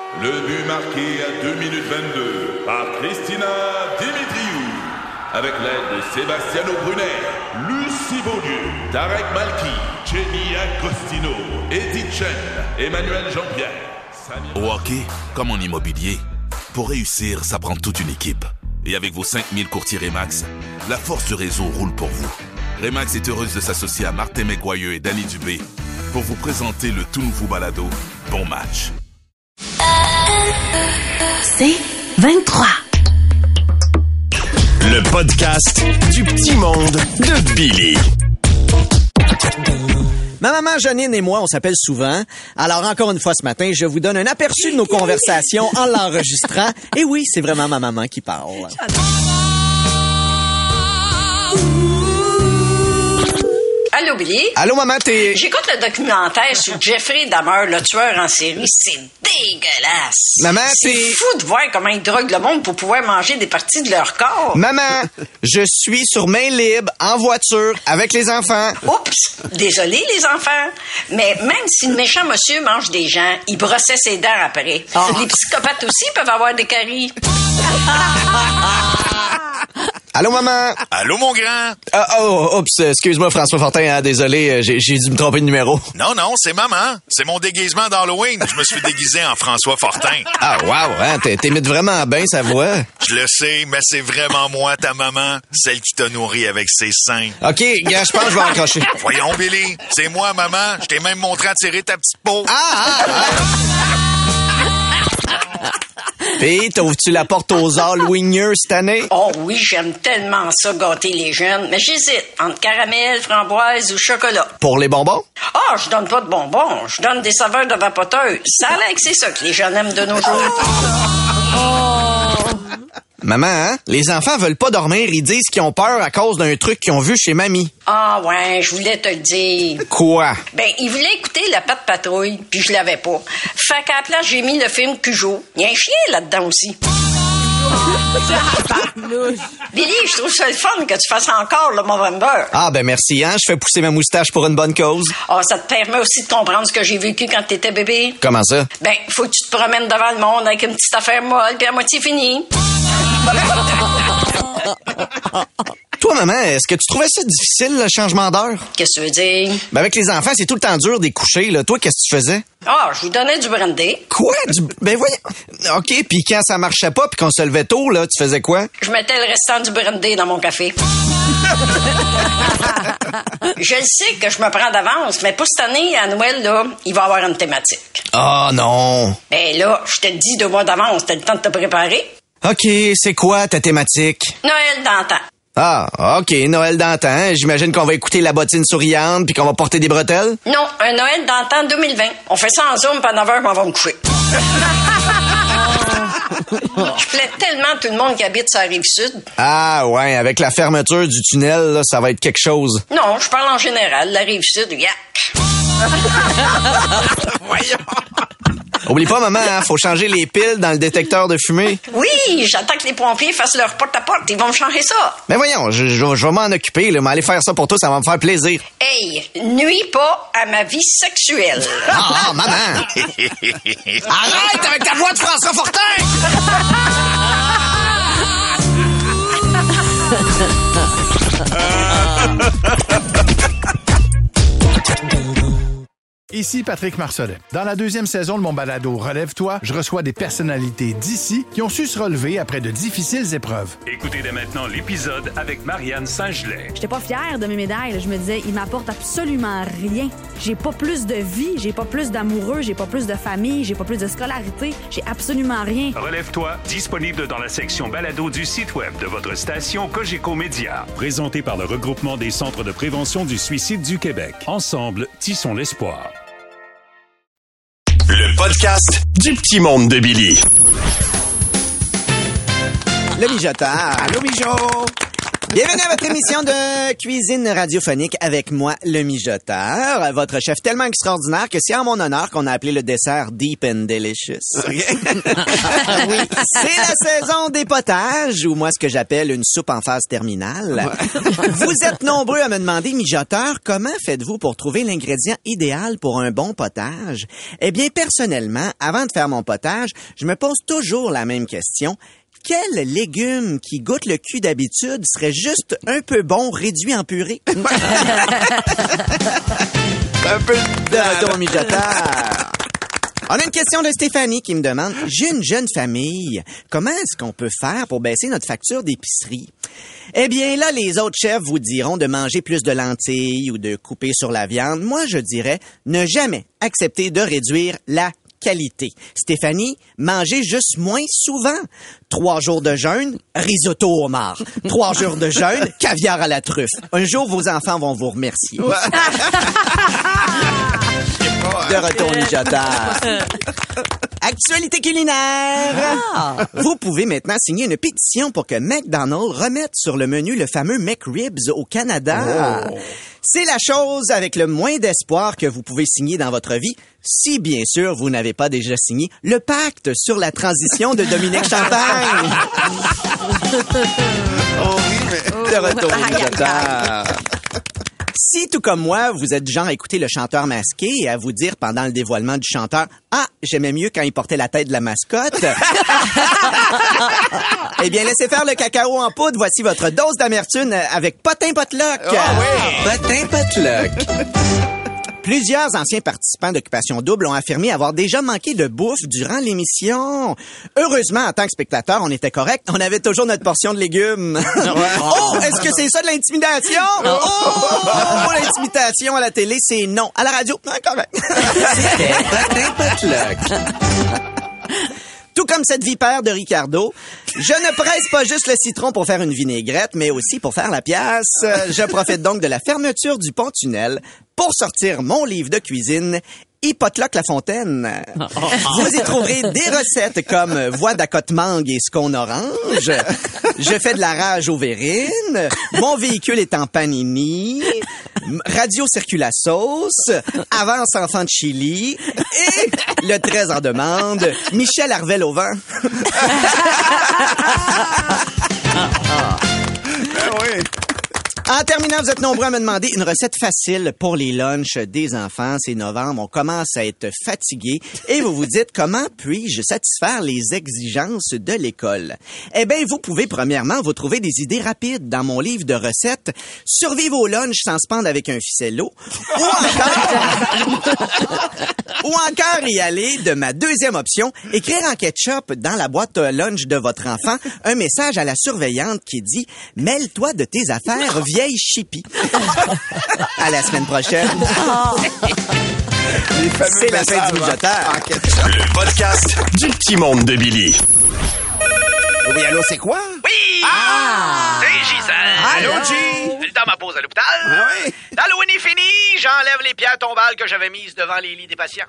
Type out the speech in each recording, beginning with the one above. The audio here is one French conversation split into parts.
Le but marqué à 2 minutes 22 par Christina Dimitriou. Avec l'aide de Sebastiano Brunet, Lucie Beaulieu, Tarek Malki, Jenny Agostino, Edith Chen, Emmanuel Jean-Pierre. Au hockey, comme en immobilier, pour réussir, ça prend toute une équipe. Et avec vos 5000 courtiers Remax, la force du réseau roule pour vous. Remax est heureuse de s'associer à Martin McGuire et Danny Dubé pour vous présenter le tout nouveau balado Bon Match. C'est 23. Le podcast du petit monde de Billy. Ma maman Janine et moi, on s'appelle souvent. Alors, encore une fois ce matin, je vous donne un aperçu de nos conversations en l'enregistrant. Et oui, c'est vraiment ma maman qui parle. Allô, Billy? Allô, maman, t'es... J'écoute le documentaire sur Jeffrey Dahmer, le tueur en série. C'est dégueulasse. Maman, c'est t'es... fou de voir comment ils droguent le monde pour pouvoir manger des parties de leur corps. Maman, je suis sur main libre, en voiture, avec les enfants. Oups! Désolé, les enfants. Mais même si le méchant monsieur mange des gens, il brossait ses dents après. Oh. Les psychopathes aussi peuvent avoir des caries. Allô, maman? Allô, mon grand? Oups, excuse-moi, François Fortin, hein, désolé, j'ai dû me tromper de numéro. Non, c'est maman. C'est mon déguisement d'Halloween. Je me suis déguisé en François Fortin. Ah, wow, hein, t'imites vraiment bien sa voix. Je le sais, mais c'est vraiment moi, ta maman, celle qui t'a nourri avec ses seins. OK, gars, je pense que je vais accrocher. Voyons, Billy, c'est moi, maman. Je t'ai même montré à tirer ta petite peau. Pis, t'ouvres-tu la porte aux Halloweeners cette année? Oh oui, j'aime tellement ça, gâter les jeunes. Mais j'hésite entre caramel, framboise ou chocolat. Pour les bonbons? Ah, je donne pas de bonbons. Je donne des saveurs de vapoteuse. Ça a l'air que c'est ça que les jeunes aiment de nos jours. Maman, hein? Les enfants veulent pas dormir, ils disent qu'ils ont peur à cause d'un truc qu'ils ont vu chez mamie. Ah ouais, je voulais te le dire. Quoi? Ben, ils voulaient écouter La Patte Patrouille, puis je l'avais pas. Fait qu'à la place, j'ai mis le film Cujo. Il y a un chien là-dedans aussi. Billy, je trouve ça le fun que tu fasses encore le Movember. Ah ben merci, hein? Je fais pousser ma moustache pour une bonne cause. Ah, ça te permet aussi de comprendre ce que j'ai vécu quand t'étais bébé. Comment ça? Ben, faut que tu te promènes devant le monde avec une petite affaire molle, puis à moitié finie. Toi, maman, est-ce que tu trouvais ça difficile, le changement d'heure? Qu'est-ce que tu veux dire? Ben avec les enfants, c'est tout le temps dur d'y coucher, là. Toi, qu'est-ce que tu faisais? Ah, je lui donnais du brandy. Quoi? Ben voyons. OK, puis quand ça marchait pas puis qu'on se levait tôt, là, tu faisais quoi? Je mettais le restant du brandy dans mon café. Je le sais que je me prends d'avance, mais pour cette année, à Noël, là, il va y avoir une thématique. Ah non! Ben là, je te le dis 2 mois d'avance, t'as le temps de te préparer. OK, c'est quoi ta thématique? Noël d'antan. Ah, OK, Noël d'antan. J'imagine qu'on va écouter La Bottine souriante puis qu'on va porter des bretelles? Non, un Noël d'antan 2020. On fait ça en Zoom, pas 9 heures, on va me coucher. Je plais tellement tout le monde qui habite sur la Rive-Sud. Ah ouais, avec la fermeture du tunnel, là, ça va être quelque chose. Non, je parle en général. La Rive-Sud, yak. Voyons. Oublie pas, maman, hein, faut changer les piles dans le détecteur de fumée. Oui, j'attends que les pompiers fassent leur porte-à-porte. Ils vont me changer ça. Mais voyons, je vais m'en occuper. Là, m'aller faire ça pour toi, ça va me faire plaisir. Hey, nuis pas à ma vie sexuelle. Ah, maman! Arrête avec ta voix de François Fortin! Ici Patrick Marcelet. Dans la 2e saison de mon balado Relève-toi, je reçois des personnalités d'ici qui ont su se relever après de difficiles épreuves. Écoutez dès maintenant l'épisode avec Marianne Saint-Gelais. J'étais pas fière de mes médailles. Je me disais, ils m'apportent absolument rien. J'ai pas plus de vie, j'ai pas plus d'amoureux, j'ai pas plus de famille, j'ai pas plus de scolarité. J'ai absolument rien. Relève-toi, disponible dans la section balado du site web de votre station Cogeco Média. Présenté par le regroupement des centres de prévention du suicide du Québec. Ensemble, tissons l'espoir. Le podcast du petit monde de Billy. Le mijoteur. Allô, Mijo! Bienvenue à votre émission de cuisine radiophonique avec moi, le mijoteur, votre chef tellement extraordinaire que c'est en mon honneur qu'on a appelé le dessert Deep and Delicious. Oui, c'est la saison des potages, ou moi ce que j'appelle une soupe en phase terminale. Vous êtes nombreux à me demander, mijoteur, comment faites-vous pour trouver l'ingrédient idéal pour un bon potage? Eh bien, personnellement, avant de faire mon potage, je me pose toujours la même question. Quel légume qui goûte le cul d'habitude serait juste un peu bon réduit en purée? Un peu de retour au mijoteur. On a une question de Stéphanie qui me demande, j'ai une jeune famille, comment est-ce qu'on peut faire pour baisser notre facture d'épicerie? Eh bien, là, les autres chefs vous diront de manger plus de lentilles ou de couper sur la viande. Moi, je dirais ne jamais accepter de réduire la qualité. Stéphanie, mangez juste moins souvent. 3 jours de jeûne, risotto au homard. 3 jours de jeûne, caviar à la truffe. Un jour, vos enfants vont vous remercier. De retour au mijoteur. Actualité culinaire. Vous pouvez maintenant signer une pétition pour que McDonald's remette sur le menu le fameux McRibs au Canada. C'est la chose avec le moins d'espoir que vous pouvez signer dans votre vie, si bien sûr vous n'avez pas déjà signé le pacte sur la transition de Dominique Champagne. De retour au mijoteur. Si, tout comme moi, vous êtes du genre à écouter le chanteur masqué et à vous dire pendant le dévoilement du chanteur « Ah, j'aimais mieux quand il portait la tête de la mascotte », eh bien, laissez faire le cacao en poudre. Voici votre dose d'amertume avec Potin Potluck. Potin Potluck. Plusieurs anciens participants d'Occupation Double ont affirmé avoir déjà manqué de bouffe durant l'émission. Heureusement, en tant que spectateur, on était correct. On avait toujours notre portion de légumes. Oh, est-ce que c'est ça de l'intimidation? Oh, l'intimidation à la télé, c'est non. À la radio, correct. C'était Potin Potluck. Tout comme cette vipère de Ricardo, je ne presse pas juste le citron pour faire une vinaigrette, mais aussi pour faire la pièce. Je profite donc de la fermeture du pont-tunnel pour sortir mon livre de cuisine, Potluck La Fontaine. Vous y trouverez des recettes comme voie d'accotement et scone orange. Je fais de la rage aux verrines. Mon véhicule est en panini. Radio circule à sauce. Avance enfant de Chili. Et le très en demande, Michel Arvel au vent. Oui. En terminant, vous êtes nombreux à me demander une recette facile pour les lunchs des enfants. C'est novembre, on commence à être fatigué et vous vous dites comment puis-je satisfaire les exigences de l'école? Eh bien, vous pouvez premièrement vous trouver des idées rapides dans mon livre de recettes « Survivre au lunch sans se pendre avec un ficello » ou encore y aller de ma deuxième option, écrire en ketchup dans la boîte lunch de votre enfant un message à la surveillante qui dit « Mêle-toi de tes affaires, vieille chipie. » À la semaine prochaine. C'est la fin du mijoteur. Le podcast du petit monde de Billy. Oui, allô, c'est quoi? Oui! C'est Gisèle! Allô, G! Dans ma pause à l'hôpital. Ah oui? L'Halloween est fini, j'enlève les pierres tombales que j'avais mises devant les lits des patients.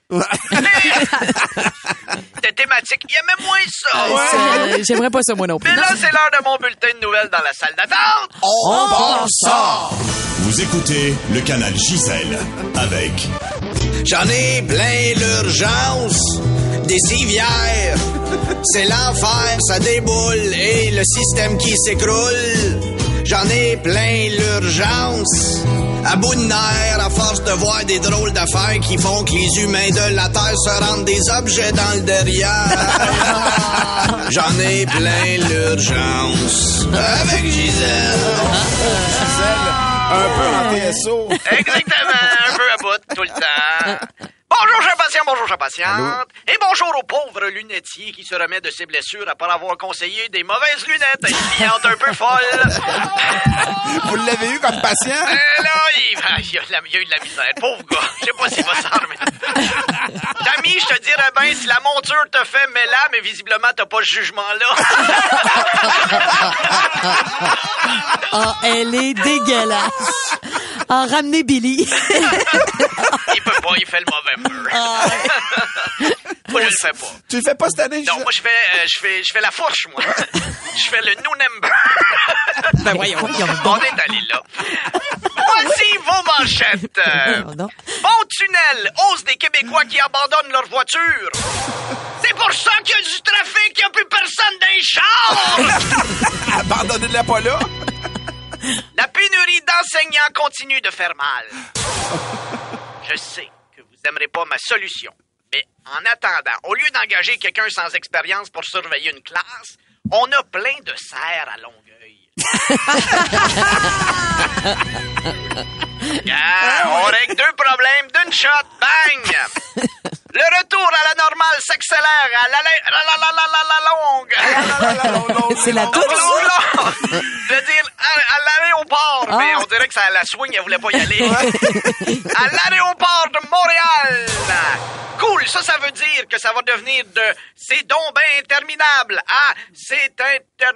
C'était thématique. Il aimait moins ça. J'aimerais pas ça, moi non plus. Mais là, c'est l'heure de mon bulletin de nouvelles dans la salle d'attente. On part ça! Vous écoutez le canal Gisèle avec... J'en ai plein l'urgence, des civières, c'est l'enfer, ça déboule et le système qui s'écroule. J'en ai plein l'urgence, à bout de nerfs, à force de voir des drôles d'affaires qui font que les humains de la Terre se rendent des objets dans le derrière. J'en ai plein l'urgence, avec Gisèle. Un peu en TSO. Exactement, un peu à bout tout le temps. Bonjour, chers patients, bonjour, chers patientes. Et bonjour au pauvre lunetier qui se remet de ses blessures après avoir conseillé des mauvaises lunettes à une cliente un peu folle. Vous l'avez eu comme patient? Là, il a eu de la misère. Pauvre gars. Je sais pas s'il va s'en remettre. Tammy, je te dirais bien, si la monture te fait mêler, mais visiblement, t'as pas ce jugement-là. Oh, elle est dégueulasse. Oh, ramenez Billy. Il peut pas, il fait le mauvais feu. Faut moi, je le fais pas. Tu le fais pas cette année? Non, moi, je fais la fourche, moi. Je fais le Nunember. Ben voyons. On est allé là. Voici vos manchettes. Bon tunnel, hausse des Québécois qui abandonnent leur voiture. C'est pour ça qu'il y a du trafic, il n'y a plus personne dans les chars. Abandonnez-la pas là. La pénurie d'enseignants continue de faire mal. Je sais que vous n'aimerez pas ma solution, mais en attendant, au lieu d'engager quelqu'un sans expérience pour surveiller une classe, on a plein de serres à Longueuil. On règle 2 problèmes d'une shot, bang! Le retour à la normale s'accélère à la longue. C'est la toute. Je veux dire, à l'aéroport, mais on dirait que ça, la swing, elle voulait pas y aller. À l'aéroport de Montréal. Cool, ça veut dire que ça va devenir de « c'est donc ben interminable » à « c'est interminable ».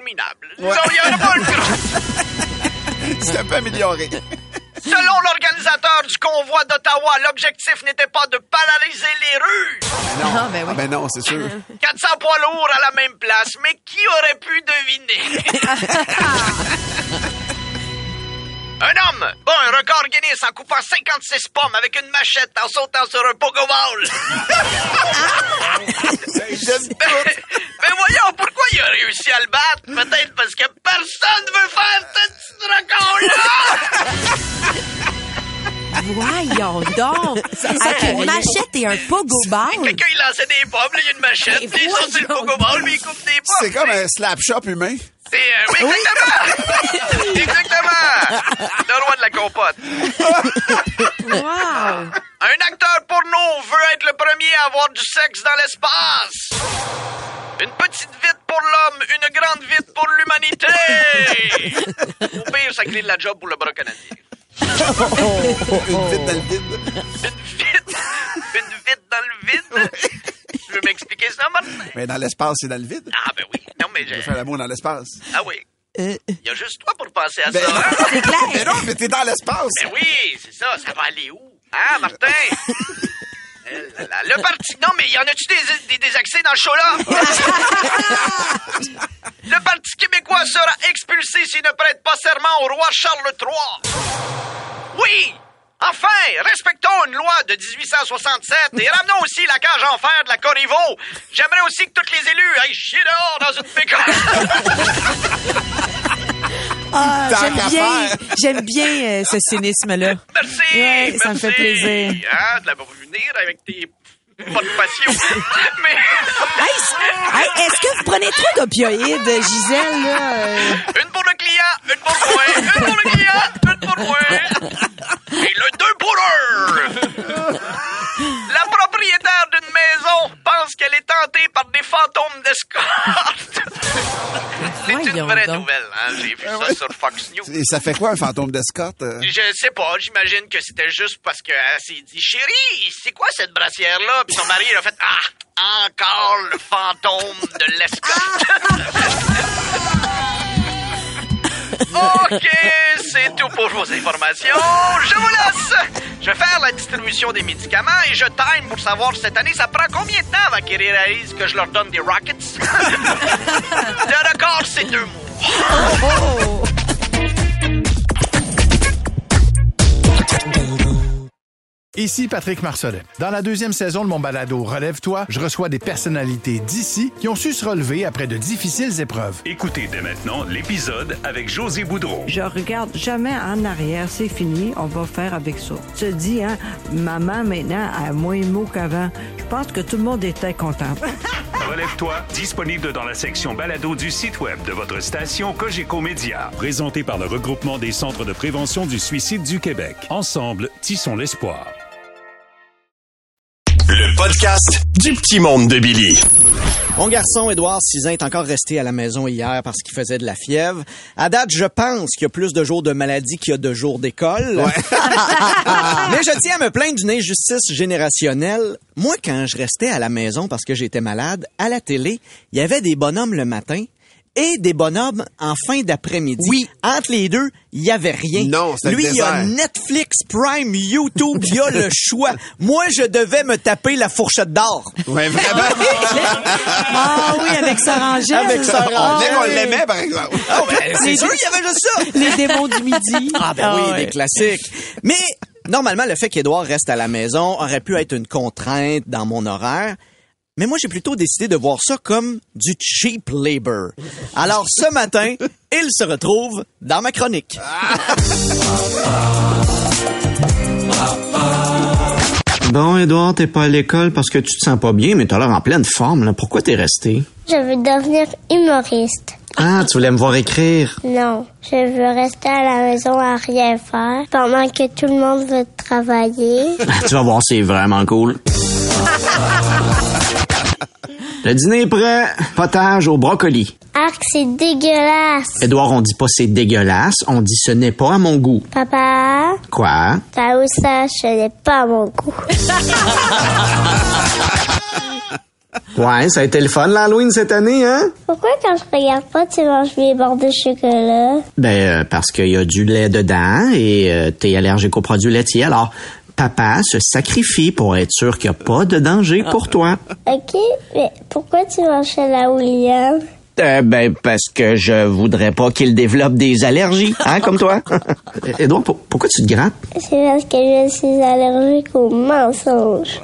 Ouais. Il y en a pas le C'est un peu amélioré. Selon l'organisateur du convoi d'Ottawa, l'objectif n'était pas de paralyser les rues. Non, ben non, c'est sûr. 400 poids lourds à la même place, mais qui aurait pu deviner? Un homme bat un record Guinness en coupant 56 pommes avec une machette en sautant sur un pokéball. Mais voyons, pourquoi il a réussi à le battre? Peut-être parce que personne veut faire ce petit record-là! Voyons donc! Avec une machette et un pogo-ball. Quelqu'un, il lançait des pommes, là, il y a une machette, puis il sortit le pokéball, puis il coupe des pommes. C'est comme un slap shop humain. C'est, oui, exactement! Exactement! Le roi de la compote. Wow! Un acteur porno veut être le premier à avoir du sexe dans l'espace. Une petite vite pour l'homme, une grande vite pour l'humanité. Au pire, ça crée de la job pour le bras canadien. Une vite dans le vide. Une vite dans le vide? Tu veux m'expliquer ça, Martin? Mais dans l'espace, c'est dans le vide. Ah, ben oui. Non, mais Je veux faire l'amour dans l'espace. Ah oui. Il y a juste toi pour penser à Ben, ça, hein? C'est clair. Mais non, mais t'es dans l'espace. Ben oui, c'est ça. Ça va aller où? Hein, Martin? Le parti... Non, mais y en a-tu des accès dans le show-là? Le Parti québécois sera expulsé s'il ne prête pas serment au roi Charles III. Oui! Enfin, respectons une loi de 1867 et ramenons aussi la cage en fer de la Corriveau. J'aimerais aussi que tous les élus aillent chier dehors dans une pécole. Ah, j'aime bien ce cynisme-là. Merci! Ouais, merci. ça me fait plaisir. Hein, de la venir avec tes pas de passion. Mais... Hey, est-ce que vous prenez trop d'opioïdes, Gisèle, là? Une pour le client, une pour moi, une pour le client, une pour moi. Et le 2 pour 1. La propriétaire d'une maison pense qu'elle est tentée par des fantômes d'escorte. C'est une vraie nouvelle, hein? J'ai vu ça sur Fox News. Et ça fait quoi, un fantôme d'escorte? Je sais pas, j'imagine que c'était juste parce qu'elle s'est dit « Chérie, c'est quoi cette brassière-là? » Puis son mari, il a fait « Ah, encore le fantôme de l'escorte. » OK, c'est tout pour vos informations. Je vous laisse. Je vais faire la distribution des médicaments et je time pour savoir cette année, ça prend combien de temps avant qu'ils réalisent que je leur donne des rockets? Le record, c'est 2 mois. Ici Patrick Marcelet. Dans la 2e saison de mon balado Relève-toi, je reçois des personnalités d'ici qui ont su se relever après de difficiles épreuves. Écoutez dès maintenant l'épisode avec José Boudreau. Je regarde jamais en arrière, c'est fini, on va faire avec ça. Tu te dis, hein, maman maintenant a moins de mots qu'avant. Je pense que tout le monde était content. Relève-toi, disponible dans la section balado du site web de votre station Cogeco Média. Présenté par le regroupement des centres de prévention du suicide du Québec. Ensemble, tissons l'espoir. Le podcast du petit monde de Billy. Mon garçon, Édouard, 6 ans, est encore resté à la maison hier parce qu'il faisait de la fièvre. À date, je pense qu'il y a plus de jours de maladie qu'il y a de jours d'école. Ouais. Mais je tiens à me plaindre d'une injustice générationnelle. Moi, quand je restais à la maison parce que j'étais malade, à la télé, il y avait des bonhommes le matin et des bonhommes en fin d'après-midi. Oui. Entre les deux, il y avait rien. Non, c'était Lui, le il y a désert. Netflix, Prime, YouTube, il y a le choix. Moi, je devais me taper la fourchette d'or. Ouais, vraiment. Ah oui, avec Sarah Angèle. Avec Sarah On Angèle. disait qu'on l'aimait, par exemple. Ah, ben, c'est sûr, il y avait juste ça. Les démons du midi. Ah ben oui, ouais. des classiques. Mais normalement, le fait qu'Édouard reste à la maison aurait pu être une contrainte dans mon horaire. Mais moi, j'ai plutôt décidé de voir ça comme du cheap labor. Alors, ce matin, il se retrouve dans ma chronique. Bon, Édouard, t'es pas à l'école parce que tu te sens pas bien, mais t'as l'air en pleine forme, là. Pourquoi t'es resté? Je veux devenir humoriste. Ah, tu voulais me voir écrire. Non, je veux rester à la maison à rien faire pendant que tout le monde veut travailler. Tu vas voir, c'est vraiment cool. Le dîner est prêt. Potage au brocoli. Arc, c'est dégueulasse. Édouard, on dit pas c'est dégueulasse, on dit ce n'est pas à mon goût. Papa, Quoi? ta moustache, ce n'est pas à mon goût. Ouais, ça a été le fun, l'Halloween cette année, hein? Pourquoi quand je regarde pas, tu manges mes bords de chocolat? Parce qu'il y a du lait dedans et t'es allergique aux produits laitiers, alors papa se sacrifie pour être sûr qu'il n'y a pas de danger pour toi. OK, mais pourquoi tu manges la William? Parce que je voudrais pas qu'il développe des allergies, hein, comme toi. Édouard, pourquoi tu te grattes? C'est parce que je suis allergique aux mensonges.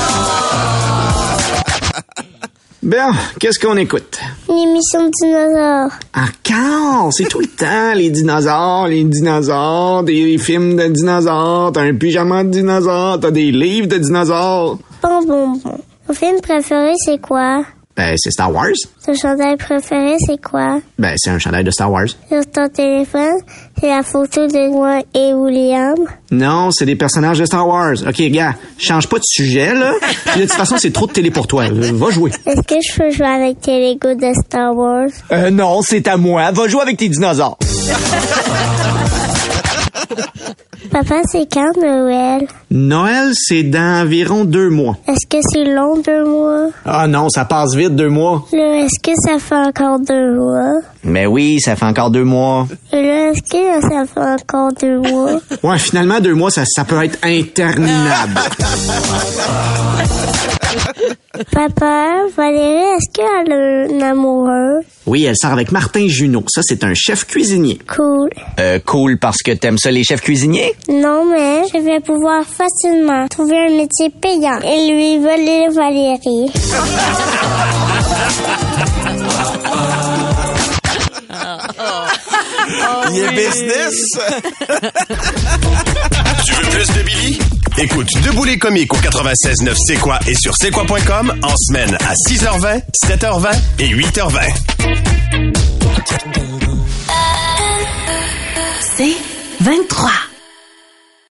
Bien, qu'est-ce qu'on écoute? Une émission de dinosaures. Encore? C'est tout le temps, les dinosaures, des films de dinosaures, t'as un pyjama de dinosaures, t'as des livres de dinosaures. Bon. Ton film préféré, c'est quoi? C'est Star Wars. Ton chandail préféré, c'est quoi? C'est un chandail de Star Wars. Sur ton téléphone, c'est la photo de moi et William. Non, c'est des personnages de Star Wars. OK, gars, change pas de sujet, là. Puis de toute façon, c'est trop de télé pour toi. Va jouer. Est-ce que je peux jouer avec tes Legos de Star Wars? Non, c'est à moi. Va jouer avec tes dinosaures. Papa, c'est quand Noël? Noël, c'est dans environ 2 mois. Est-ce que c'est long, 2 mois? Ah non, ça passe vite, 2 mois. Là, est-ce que ça fait encore 2 mois? Mais oui, ça fait encore 2 mois. Et là, est-ce que ça fait encore 2 mois? Ouais, finalement, 2 mois, ça peut être interminable. Papa, Valérie, est-ce qu'elle a un amoureux? Oui, elle sort avec Martin Junot. Ça, c'est un chef cuisinier. Cool. Cool parce que t'aimes ça, les chefs cuisiniers? Non, mais je vais pouvoir facilement trouver un métier payant et lui voler Valérie. Il est business. Tu veux plus de Billy? Écoute Debout les comiques au 96.9 C'est quoi et sur c'est quoi.com en semaine à 6h20, 7h20 et 8h20. C'est 23.